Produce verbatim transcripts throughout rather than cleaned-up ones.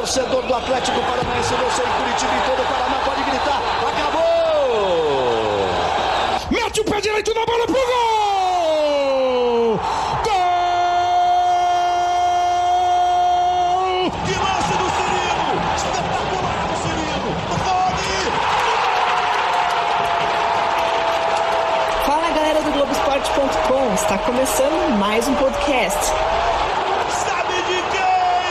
torcedor do Atlético Paranaense, você em Curitiba e todo o Paraná pode gritar, acabou! Mete o pé direito na bola pro gol! Gol! Que lance do Cirino! Espetacular do Cirino! Vale! Fala, galera do Globo Esporte ponto com, está começando mais um podcast. Sabe de quem?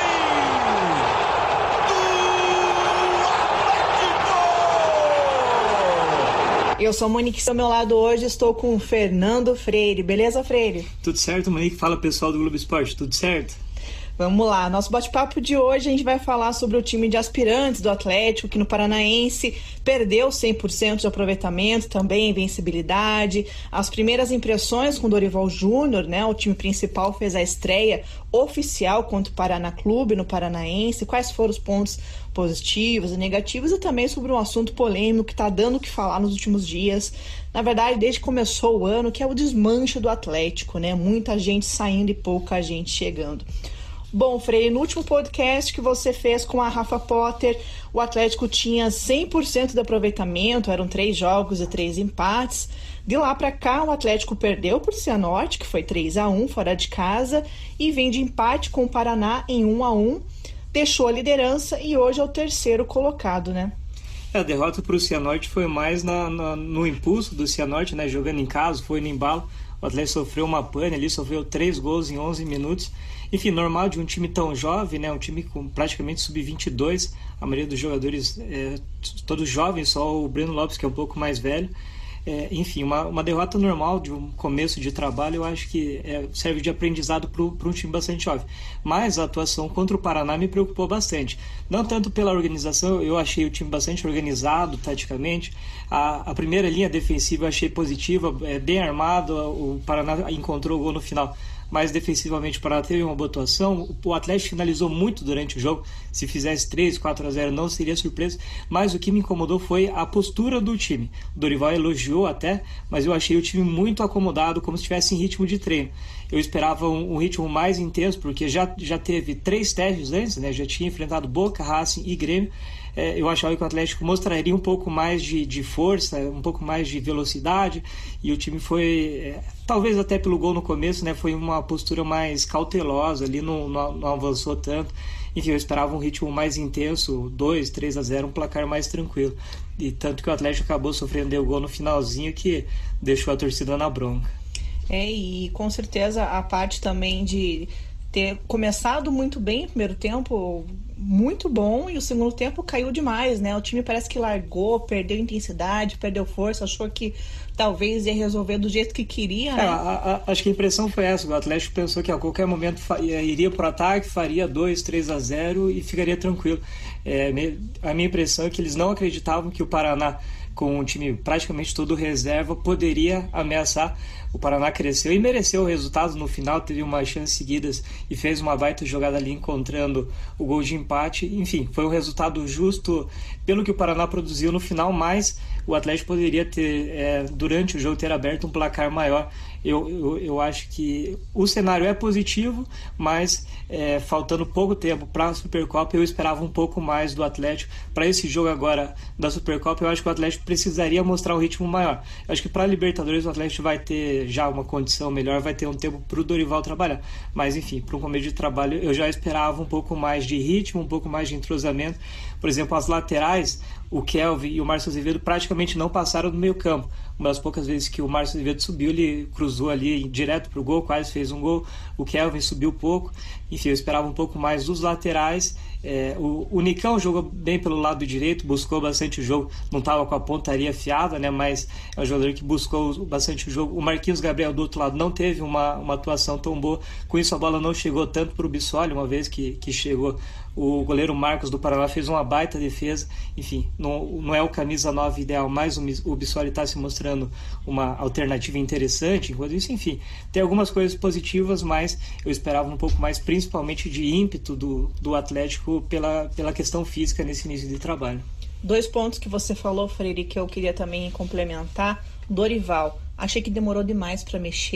Eu sou a Monique, ao meu lado hoje estou com o Fernando Freire. Beleza, Freire? Tudo certo, Monique? Fala, pessoal do Globo Esporte, tudo certo? Vamos lá, nosso bate-papo de hoje a gente vai falar sobre o time de aspirantes do Atlético, que no Paranaense perdeu cem por cento de aproveitamento, também invencibilidade, as primeiras impressões com o Dorival Júnior, né? O time principal fez a estreia oficial contra o Paraná Clube no Paranaense, quais foram os pontos positivos e negativos e também sobre um assunto polêmico que está dando o que falar nos últimos dias, na verdade desde que começou o ano, que é o desmanche do Atlético, né? Muita gente saindo e pouca gente chegando. Bom, Freire, no último podcast que você fez com a Rafa Potter, o Atlético tinha cem por cento de aproveitamento, eram três jogos e três empates. De lá para cá, o Atlético perdeu por Cianorte, que foi três a um fora de casa, e vem de empate com o Paraná em um a um, deixou a liderança e hoje é o terceiro colocado, né? É, a derrota para o Cianorte foi mais na, na, no impulso do Cianorte, né? Jogando em casa, foi no embalo. O Atlético sofreu uma pane ali, sofreu três gols em onze minutos. Enfim, normal de um time tão jovem, né? Um time com praticamente sub vinte e dois, a maioria dos jogadores é, todos jovens, só o Breno Lopes que é um pouco mais velho. É, enfim, uma, uma derrota normal de um começo de trabalho, eu acho que é, serve de aprendizado para um time bastante jovem. Mas a atuação contra o Paraná me preocupou bastante. Não tanto pela organização, eu achei o time bastante organizado taticamente. A, a primeira linha defensiva eu achei positiva, é, bem armado, o Paraná encontrou o gol no final. Mas defensivamente o Paraná teve uma boa atuação. O Atlético finalizou muito durante o jogo. Se fizesse três, quatro a zero não seria surpresa. Mas o que me incomodou foi a postura do time. O Dorival elogiou até, mas eu achei o time muito acomodado, como se estivesse em ritmo de treino. Eu esperava um, um ritmo mais intenso, porque já, já teve três testes antes, né? Já tinha enfrentado Boca, Racing e Grêmio. É, eu achava que o Atlético mostraria um pouco mais de, de força, um pouco mais de velocidade, e o time foi, é, talvez até pelo gol no começo, né, foi uma postura mais cautelosa ali, não, não, não avançou tanto. Enfim, eu esperava um ritmo mais intenso, dois, três a zero, um placar mais tranquilo. E tanto que o Atlético acabou sofrendo o gol no finalzinho que deixou a torcida na bronca. É, e com certeza a parte também de ter começado muito bem o primeiro tempo, muito bom, e o segundo tempo caiu demais, né? O time parece que largou, perdeu intensidade, perdeu força, achou que talvez ia resolver do jeito que queria, né? É, a, a, acho que a impressão foi essa, o Atlético pensou que a qualquer momento fa- iria para o ataque, faria dois, três a zero e ficaria tranquilo. É, a minha impressão é que eles não acreditavam que o Paraná, com um time praticamente todo reserva, poderia ameaçar. O Paraná cresceu e mereceu o resultado no final, teve umas chances seguidas e fez uma baita jogada ali encontrando o gol de empate. Enfim, foi um resultado justo pelo que o Paraná produziu no final, mas o Atlético poderia ter, é, durante o jogo, ter aberto um placar maior. Eu, eu, eu acho que o cenário é positivo, mas é, faltando pouco tempo para a Supercopa, eu esperava um pouco mais do Atlético. Para esse jogo agora da Supercopa, eu acho que o Atlético precisaria mostrar um ritmo maior. Eu acho que para a Libertadores o Atlético vai ter já uma condição melhor, vai ter um tempo para o Dorival trabalhar. Mas enfim, para um começo de trabalho eu já esperava um pouco mais de ritmo, um pouco mais de entrosamento. Por exemplo, as laterais, o Kelvin e o Márcio Azevedo praticamente não passaram do meio campo. Uma das poucas vezes que o Márcio Azevedo subiu, ele cruzou ali direto para o gol, quase fez um gol. O Kelvin subiu pouco. Enfim, eu esperava um pouco mais dos laterais. É, o, o Nicão jogou bem pelo lado direito, buscou bastante o jogo, não estava com a pontaria afiada, né, mas é um jogador que buscou bastante o jogo. O Marquinhos Gabriel do outro lado não teve uma, uma atuação tão boa, com isso a bola não chegou tanto para o Bissoli, uma vez que, que chegou. O goleiro Marcos do Paraná fez uma baita defesa. Enfim, não, não é o camisa nove ideal, mas o, o Bissoli está se mostrando uma alternativa interessante. Enquanto isso, enfim, tem algumas coisas positivas, mas eu esperava um pouco mais, principalmente de ímpeto do, do Atlético pela, pela questão física nesse início de trabalho. Dois pontos que você falou, Freire, que eu queria também complementar. Dorival, achei que demorou demais para mexer.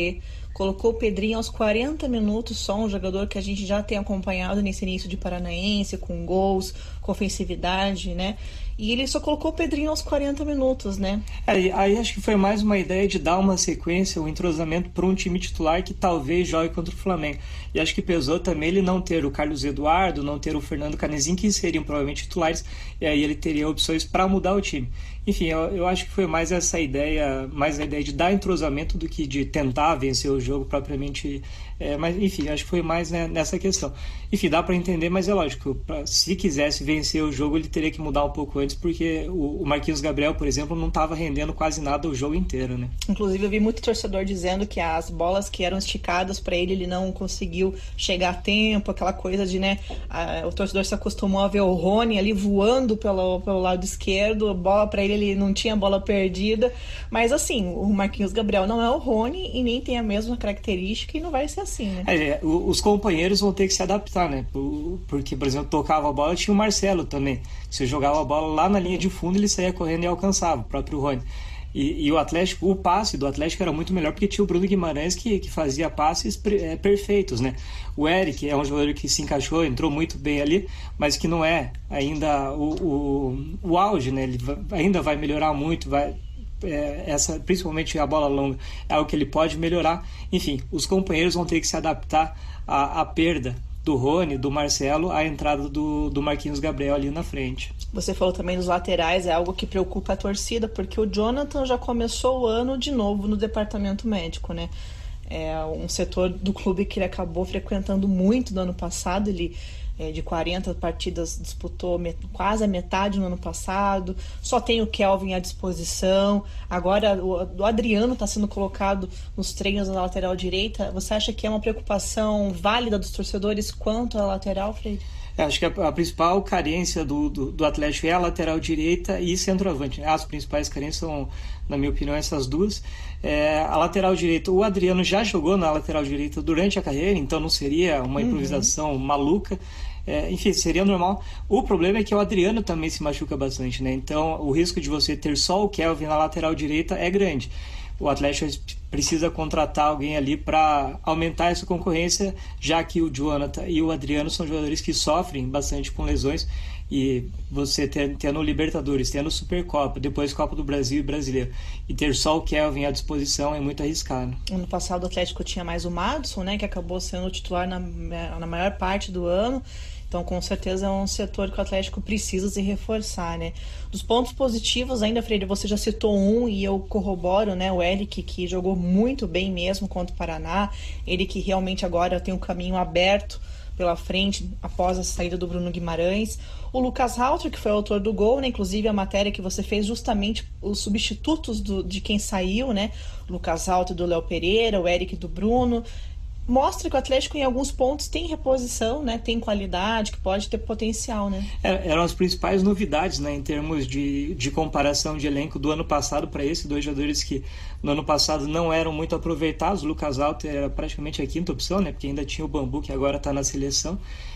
colocou o Pedrinho aos quarenta minutos, só um jogador que a gente já tem acompanhado nesse início de Paranaense, com gols, com ofensividade, né? E ele só colocou o Pedrinho aos quarenta minutos, né? Aí, aí acho que foi mais uma ideia de dar uma sequência, um entrosamento para um time titular que talvez jogue contra o Flamengo. E acho que pesou também ele não ter o Carlos Eduardo, não ter o Fernando Canezinho, que seriam provavelmente titulares, e aí ele teria opções para mudar o time. Enfim, eu, eu acho que foi mais essa ideia, mais a ideia de dar entrosamento do que de tentar vencer o jogo propriamente. É, mas, enfim, acho que foi mais, né, nessa questão. Enfim, dá para entender, mas é lógico, pra, se quisesse vencer o jogo, ele teria que mudar um pouco antes, porque o, o Marquinhos Gabriel, por exemplo, não estava rendendo quase nada o jogo inteiro, né? Inclusive, eu vi muito torcedor dizendo que as bolas que eram esticadas para ele, ele não conseguiu chegar a tempo, aquela coisa de, né, a, o torcedor se acostumou a ver o Rony ali voando pelo, pelo lado esquerdo, a bola para ele, ele não tinha bola perdida, mas assim, o Marquinhos Gabriel não é o Rony e nem tem a mesma característica e não vai ser assim, né? É, os companheiros vão ter que se adaptar, né? Porque, por exemplo, tocava a bola, tinha o Marcelo também. Você jogava a bola lá na linha de fundo, ele saía correndo e alcançava, o próprio Rony. E, e o Atlético, o passe do Atlético era muito melhor porque tinha o Bruno Guimarães que, que fazia passes é, perfeitos, né? O Eric é um jogador que se encaixou, entrou muito bem ali, mas que não é ainda o, o, o auge, né? Ele vai, ainda vai melhorar muito, vai... É, essa, principalmente a bola longa é algo que ele pode melhorar. Enfim, os companheiros vão ter que se adaptar à, à perda do Rony, do Marcelo, à entrada do, do Marquinhos Gabriel ali na frente. Você falou também dos laterais, é algo que preocupa a torcida, porque o Jonathan já começou o ano de novo no departamento médico, né? É um setor do clube que ele acabou frequentando muito no ano passado. Ele É, de quarenta partidas disputou met- quase a metade no ano passado, só tem o Kelvin à disposição, agora o, o Adriano está sendo colocado nos treinos na lateral direita. Você acha que é uma preocupação válida dos torcedores quanto à lateral, Freire? Eu acho que a, a principal carência do, do, do Atlético é a lateral direita e centroavante, né? As principais carências são, na minha opinião, essas duas. É, a lateral direita, o Adriano já jogou na lateral direita durante a carreira, então não seria uma improvisação uhum. maluca. É, enfim, seria normal. O problema é que o Adriano também se machuca bastante, né? Então o risco de você ter só o Kelvin na lateral direita é grande. O Atlético precisa contratar alguém ali para aumentar essa concorrência, já que o Jonathan e o Adriano são jogadores que sofrem bastante com lesões, e você ter, tendo o Libertadores, tendo o Supercopa, depois Copa do Brasil e Brasileiro, e ter só o Kelvin à disposição é muito arriscado. Ano passado o Atlético tinha mais o Madison, né, que acabou sendo o titular na, na maior parte do ano. Então, com certeza, é um setor que o Atlético precisa se reforçar, né? Dos pontos positivos, ainda, Freire, você já citou um e eu corroboro, né? O Eric, que jogou muito bem mesmo contra o Paraná. Ele que realmente agora tem um caminho aberto pela frente após a saída do Bruno Guimarães. O Lucas Halter, que foi o autor do gol, né? Inclusive a matéria que você fez justamente os substitutos do, de quem saiu, né? O Lucas Halter do Léo Pereira, o Eric do Bruno. Mostra que o Atlético em alguns pontos tem reposição, né? Tem qualidade, que pode ter potencial, né? É, eram as principais novidades, né, em termos de, de comparação de elenco do ano passado para esse, dois jogadores que no ano passado não eram muito aproveitados. O Lucas Halter era praticamente a quinta opção, né, porque ainda tinha o Bambu, que agora está na seleção.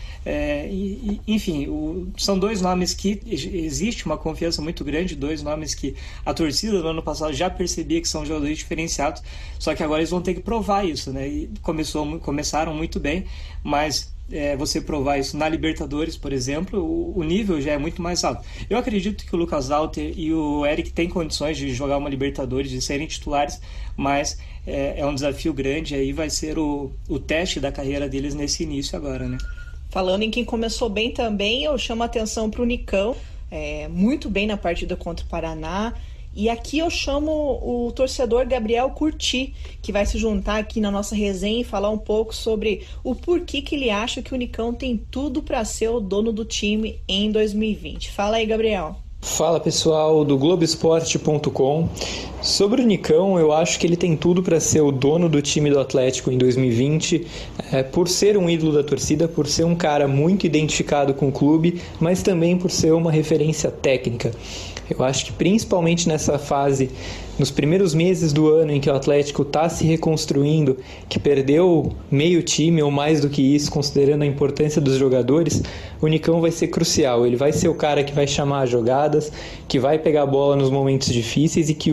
É, e, enfim, o, são dois nomes que existe uma confiança muito grande, dois nomes que a torcida do ano passado já percebia que são jogadores diferenciados, só que agora eles vão ter que provar isso, né? E começou, começaram muito bem, mas é, você provar isso na Libertadores, por exemplo, o, o nível já é muito mais alto. Eu acredito que o Lucas Halter e o Eric têm condições de jogar uma Libertadores, de serem titulares, mas é, é um desafio grande, aí vai ser o, o teste da carreira deles nesse início agora, né? Falando em quem começou bem também, eu chamo a atenção para o Nicão, é, muito bem na partida contra o Paraná. E aqui eu chamo o torcedor Gabriel Curti, que vai se juntar aqui na nossa resenha e falar um pouco sobre o porquê que ele acha que o Nicão tem tudo para ser o dono do time em dois mil e vinte. Fala aí, Gabriel. Fala, pessoal do Globo Esporte ponto com. Sobre o Nicão, eu acho que ele tem tudo para ser o dono do time do Atlético em dois mil e vinte, é, por ser um ídolo da torcida, por ser um cara muito identificado com o clube, mas também por ser uma referência técnica. Eu acho que principalmente nessa fase, nos primeiros meses do ano em que o Atlético está se reconstruindo, que perdeu meio time ou mais do que isso, considerando a importância dos jogadores, o Nicão vai ser crucial. Ele vai ser o cara que vai chamar as jogadas, que vai pegar a bola nos momentos difíceis e que os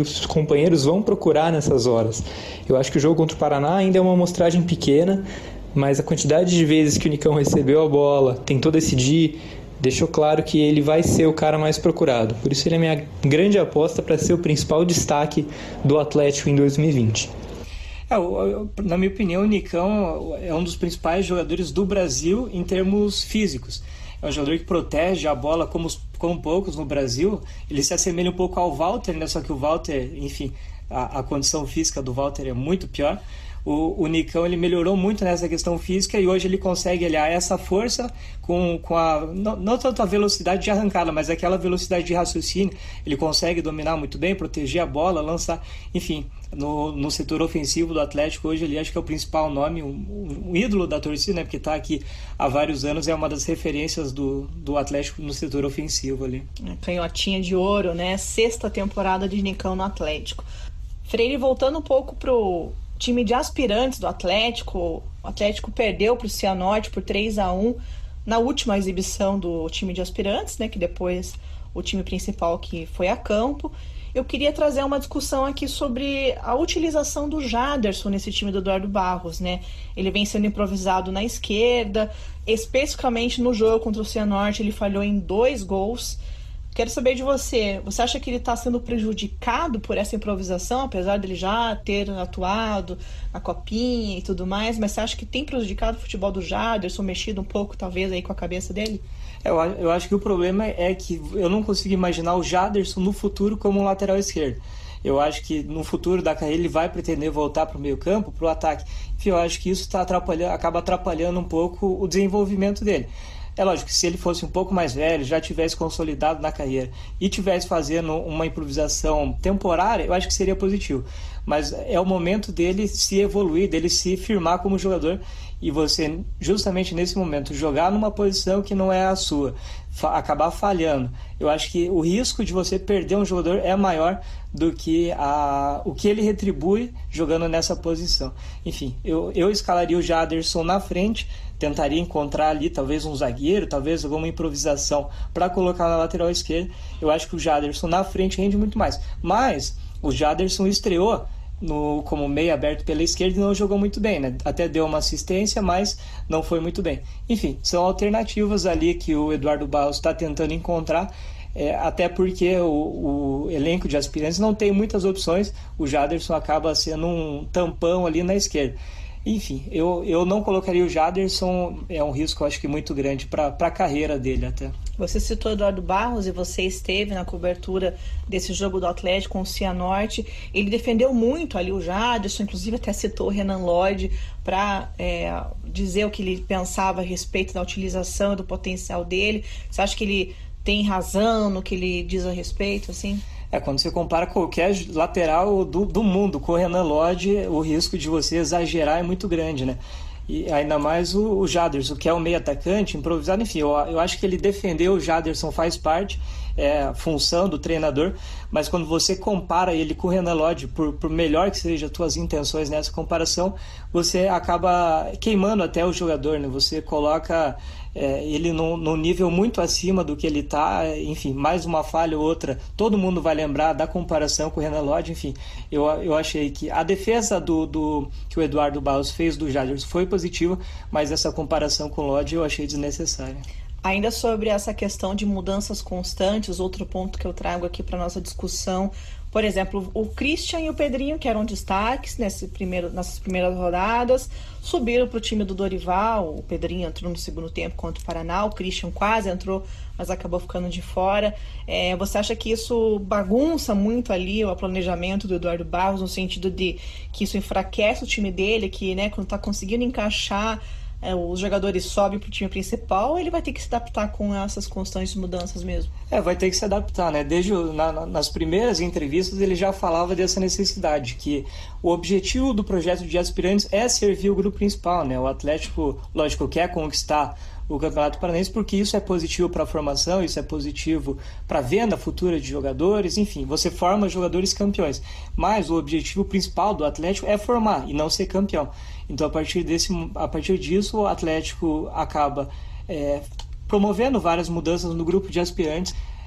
companheiros vão procurar nessas horas. Eu acho que o jogo contra o Paraná ainda é uma amostragem pequena, mas a quantidade de vezes que o Nicão recebeu a bola, tentou decidir, deixou claro que ele vai ser o cara mais procurado. Por isso ele é minha grande aposta para ser o principal destaque do Atlético em dois mil e vinte. É, na minha opinião, o Nicão é um dos principais jogadores do Brasil em termos físicos. É um jogador que protege a bola como, como poucos no Brasil. Ele se assemelha um pouco ao Walter, né? Só que o Walter, enfim, a, a condição física do Walter é muito pior. O, o Nicão ele melhorou muito nessa questão física e hoje ele consegue aliar essa força com, com a, não, não tanto a velocidade de arrancada, mas aquela velocidade de raciocínio. Ele consegue dominar muito bem, proteger a bola, lançar, enfim, no, no setor ofensivo do Atlético hoje ele acho que é o principal nome, um, um, um ídolo da torcida, né, porque está aqui há vários anos, é uma das referências do, do Atlético no setor ofensivo ali. Canhotinha de ouro, né? Sexta temporada de Nicão no Atlético. Freire, voltando um pouco pro time de aspirantes do Atlético, o Atlético perdeu para o Cianorte por três a um na última exibição do time de aspirantes, né, que depois o time principal que foi a campo. Eu queria trazer uma discussão aqui sobre a utilização do Jaderson nesse time do Eduardo Barros, né? Ele vem sendo improvisado na esquerda, especificamente no jogo contra o Cianorte ele falhou em dois gols. Quero saber de você, você acha que ele está sendo prejudicado por essa improvisação, apesar dele já ter atuado na Copinha e tudo mais, mas você acha que tem prejudicado o futebol do Jaderson, mexido um pouco talvez aí com a cabeça dele? Eu, eu acho que o problema é que eu não consigo imaginar o Jaderson no futuro como um lateral esquerdo. Eu acho que no futuro da carreira ele vai pretender voltar para o meio campo, para o ataque. Enfim, eu acho que isso tá atrapalhando, acaba atrapalhando um pouco o desenvolvimento dele. É lógico que se ele fosse um pouco mais velho, já tivesse consolidado na carreira e tivesse fazendo uma improvisação temporária, eu acho que seria positivo. Mas é o momento dele se evoluir, dele se firmar como jogador e você, justamente nesse momento, jogar numa posição que não é a sua, fa- acabar falhando. Eu acho que o risco de você perder um jogador é maior do que a, o que ele retribui jogando nessa posição. Enfim, eu, eu escalaria o Jaderson na frente, tentaria encontrar ali talvez um zagueiro, talvez alguma improvisação para colocar na lateral esquerda. Eu acho que o Jaderson na frente rende muito mais. Mas o Jaderson estreou no, como meio aberto pela esquerda e não jogou muito bem, né? Até deu uma assistência, mas não foi muito bem. Enfim, são alternativas ali que o Eduardo Barros está tentando encontrar, é, até porque o, o elenco de aspirantes não tem muitas opções, o Jaderson acaba sendo um tampão ali na esquerda. Enfim, eu, eu não colocaria o Jaderson, é um risco acho que muito grande para a carreira dele até. Você citou Eduardo Barros e você esteve na cobertura desse jogo do Atlético com o Cianorte. Ele defendeu muito ali o Jaderson, inclusive até citou o Renan Lodge para é, dizer o que ele pensava a respeito da utilização e do potencial dele. Você acha que ele tem razão no que ele diz a respeito, assim? É, quando você compara qualquer lateral do, do mundo com o Renan Lodge, o risco de você exagerar é muito grande, né? E ainda mais o, o Jaderson, que é um meio atacante, improvisado, enfim, eu, eu acho que ele defendeu o Jaderson faz parte, é função do treinador, mas quando você compara ele com o Renan Lodge, por, por melhor que sejam as tuas intenções nessa comparação, você acaba queimando até o jogador, né? Você coloca é, ele num, num nível muito acima do que ele está, enfim, mais uma falha ou outra, todo mundo vai lembrar da comparação com o Renan Lodge, enfim, eu, eu achei que a defesa do, do, que o Eduardo Barros fez do Jaderson foi positiva, mas essa comparação com o Lodge eu achei desnecessária. Ainda sobre essa questão de mudanças constantes, outro ponto que eu trago aqui para nossa discussão, por exemplo, o Christian e o Pedrinho, que eram destaques nesse primeiro, nessas primeiras rodadas, subiram para o time do Dorival. O Pedrinho entrou no segundo tempo contra o Paraná, o Christian quase entrou, mas acabou ficando de fora. É, você acha que isso bagunça muito ali o planejamento do Eduardo Barros, no sentido de que isso enfraquece o time dele, que, né, quando está conseguindo encaixar É, os jogadores sobem para o time principal, ele vai ter que se adaptar com essas constantes mudanças mesmo? É, vai ter que se adaptar, né? Desde o, na, nas primeiras entrevistas ele já falava dessa necessidade, que o objetivo do projeto de aspirantes é servir o grupo principal, né? O Atlético, lógico, quer conquistar o Campeonato Paranaense porque isso é positivo para a formação, isso é positivo para a venda futura de jogadores, enfim, você forma jogadores campeões, mas o objetivo principal do Atlético é formar e não ser campeão. Então a partir, desse, a partir disso o Atlético acaba é, promovendo várias mudanças no grupo de aspirantes,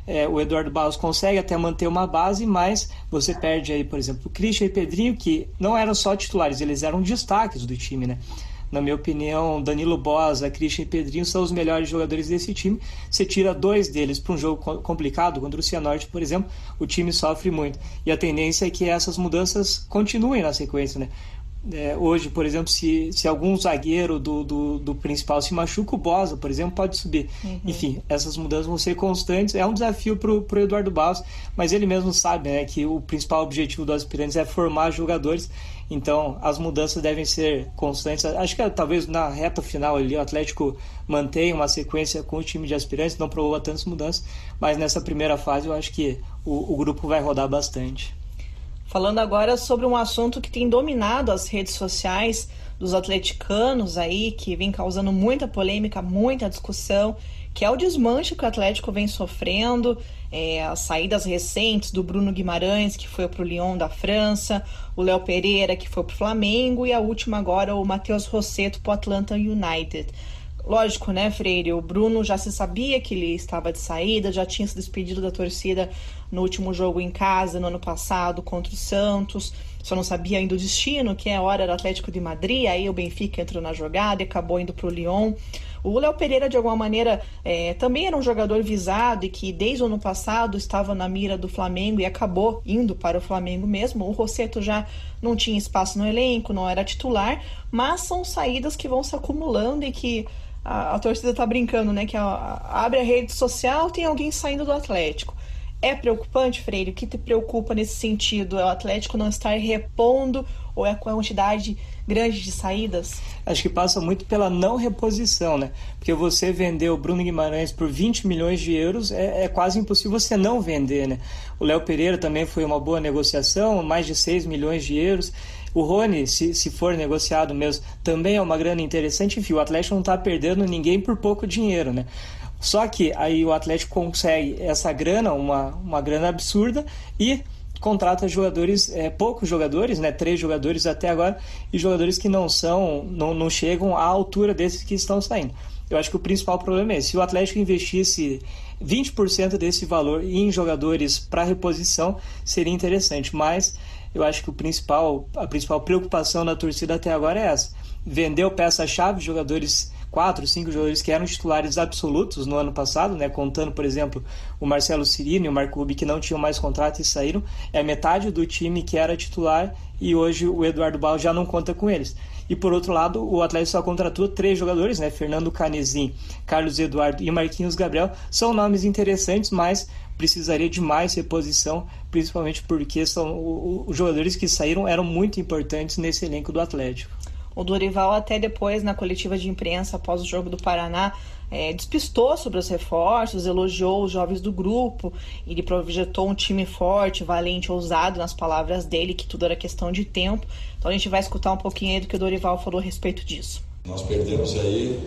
é, o Eduardo Barros consegue até manter uma base, mas você perde aí, por exemplo, o Christian e Pedrinho, que não eram só titulares, eles eram destaques do time, né? Na minha opinião, Danilo Bosa, Christian e Pedrinho são os melhores jogadores desse time. Você tira dois deles para um jogo complicado, contra o Cianorte, por exemplo, o time sofre muito. E a tendência é que essas mudanças continuem na sequência, né? É, hoje, por exemplo, se, se algum zagueiro do, do, do principal se machuca, o Bosa, por exemplo, pode subir. Uhum. Enfim, essas mudanças vão ser constantes. É um desafio para o Eduardo Barros, mas ele mesmo sabe, né, que o principal objetivo dos aspirantes é formar jogadores. Então, as mudanças devem ser constantes. Acho que talvez na reta final ali, o Atlético mantenha uma sequência com o time de aspirantes, não promova tantas mudanças, mas nessa primeira fase eu acho que o, o grupo vai rodar bastante. Falando agora sobre um assunto que tem dominado as redes sociais dos atleticanos aí, que vem causando muita polêmica, muita discussão, que é o desmanche que o Atlético vem sofrendo, é, as saídas recentes do Bruno Guimarães, que foi para o Lyon da França, o Léo Pereira, que foi para o Flamengo, e a última agora, o Matheus Rossetto para o Atlanta United. Lógico, né, Freire? O Bruno já se sabia que ele estava de saída, já tinha se despedido da torcida no último jogo em casa, no ano passado, contra o Santos. Só não sabia ainda o destino, que é a hora do Atlético de Madrid. Aí o Benfica entrou na jogada e acabou indo para o Lyon. O Léo Pereira, de alguma maneira, é, também era um jogador visado e que desde o ano passado estava na mira do Flamengo e acabou indo para o Flamengo mesmo. O Rossetto já não tinha espaço no elenco, não era titular, mas são saídas que vão se acumulando e que a, a torcida está brincando, né? Que a, a, abre a rede social, tem alguém saindo do Atlético. É preocupante, Freire? O que te preocupa nesse sentido? É o Atlético não estar repondo ou é a quantidade grande de saídas? Acho que passa muito pela não reposição, né? Porque você vender o Bruno Guimarães por vinte milhões de euros é, é quase impossível você não vender, né? O Léo Pereira também foi uma boa negociação, mais de seis milhões de euros. O Rony, se, se for negociado mesmo, também é uma grana interessante. Enfim, o Atlético não está perdendo ninguém por pouco dinheiro, né? Só que aí o Atlético consegue essa grana, uma, uma grana absurda, e contrata jogadores, é, poucos jogadores, né, três jogadores até agora, e jogadores que não são, não, não chegam à altura desses que estão saindo. Eu acho que o principal problema é esse. Se o Atlético investisse vinte por cento desse valor em jogadores para reposição, seria interessante, mas eu acho que o principal, a principal preocupação da torcida até agora é essa. Vendeu peça-chave, jogadores, quatro, cinco jogadores que eram titulares absolutos no ano passado, né, contando, por exemplo, o Marcelo Cirino e o Marco Rubi, que não tinham mais contrato e saíram. É metade do time que era titular e hoje o Eduardo Barros já não conta com eles. E por outro lado, o Atlético só contratou três jogadores, né, Fernando Canezin, Carlos Eduardo e Marquinhos Gabriel. São nomes interessantes, mas precisaria de mais reposição, principalmente porque são, os jogadores que saíram eram muito importantes nesse elenco do Atlético. O Dorival até depois, na coletiva de imprensa, após o jogo do Paraná, é, despistou sobre os reforços, elogiou os jovens do grupo, ele projetou um time forte, valente, ousado, nas palavras dele, que tudo era questão de tempo. Então a gente vai escutar um pouquinho aí do que o Dorival falou a respeito disso. Nós perdemos aí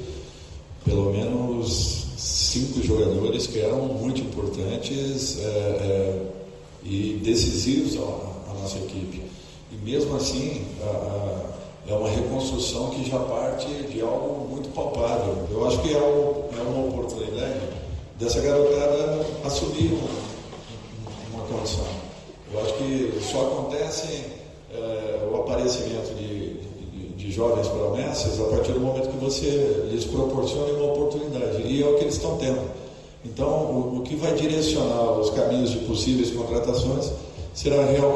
pelo menos cinco jogadores que eram muito importantes é, é, e decisivos à, à nossa equipe. E mesmo assim, a, a é uma reconstrução que já parte de algo muito palpável. Eu acho que é, um, é uma oportunidade dessa garotada assumir uma condição. Eu acho que só acontece é, o aparecimento de, de, de jovens promessas a partir do momento que você lhes proporciona uma oportunidade. E é o que eles estão tendo. Então, o, o que vai direcionar os caminhos de possíveis contratações será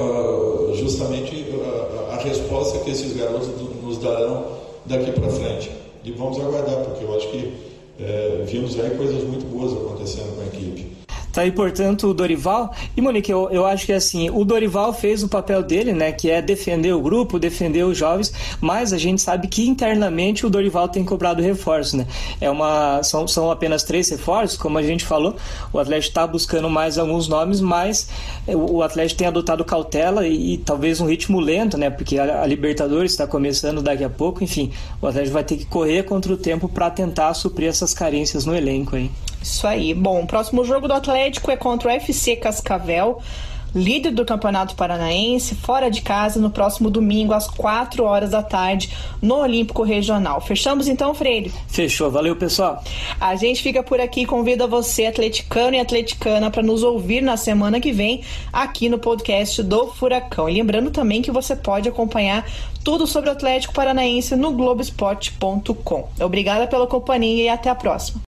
justamente a resposta que esses garotos nos darão daqui para frente. E vamos aguardar, porque eu acho que é, vimos aí coisas muito boas acontecendo com a equipe. Tá aí, portanto, o Dorival. E, Monique, eu, eu acho que assim, o Dorival fez o papel dele, né, que é defender o grupo, defender os jovens, mas a gente sabe que internamente o Dorival tem cobrado reforço, né? É uma, são, são apenas três reforços, como a gente falou. O Atlético está buscando mais alguns nomes, mas o, o Atlético tem adotado cautela e, e talvez um ritmo lento, né? Porque a, a Libertadores está começando daqui a pouco, enfim, o Atlético vai ter que correr contra o tempo para tentar suprir essas carências no elenco aí. Isso aí. Bom, o próximo jogo do Atlético é contra o F C Cascavel, líder do Campeonato Paranaense, fora de casa, no próximo domingo, às quatro horas da tarde, no Olímpico Regional. Fechamos então, Freire? Fechou, valeu, pessoal. A gente fica por aqui e convida você, atleticano e atleticana, para nos ouvir na semana que vem, aqui no podcast do Furacão. E lembrando também que você pode acompanhar tudo sobre o Atlético Paranaense no Globoesporte ponto com. Obrigada pela companhia e até a próxima.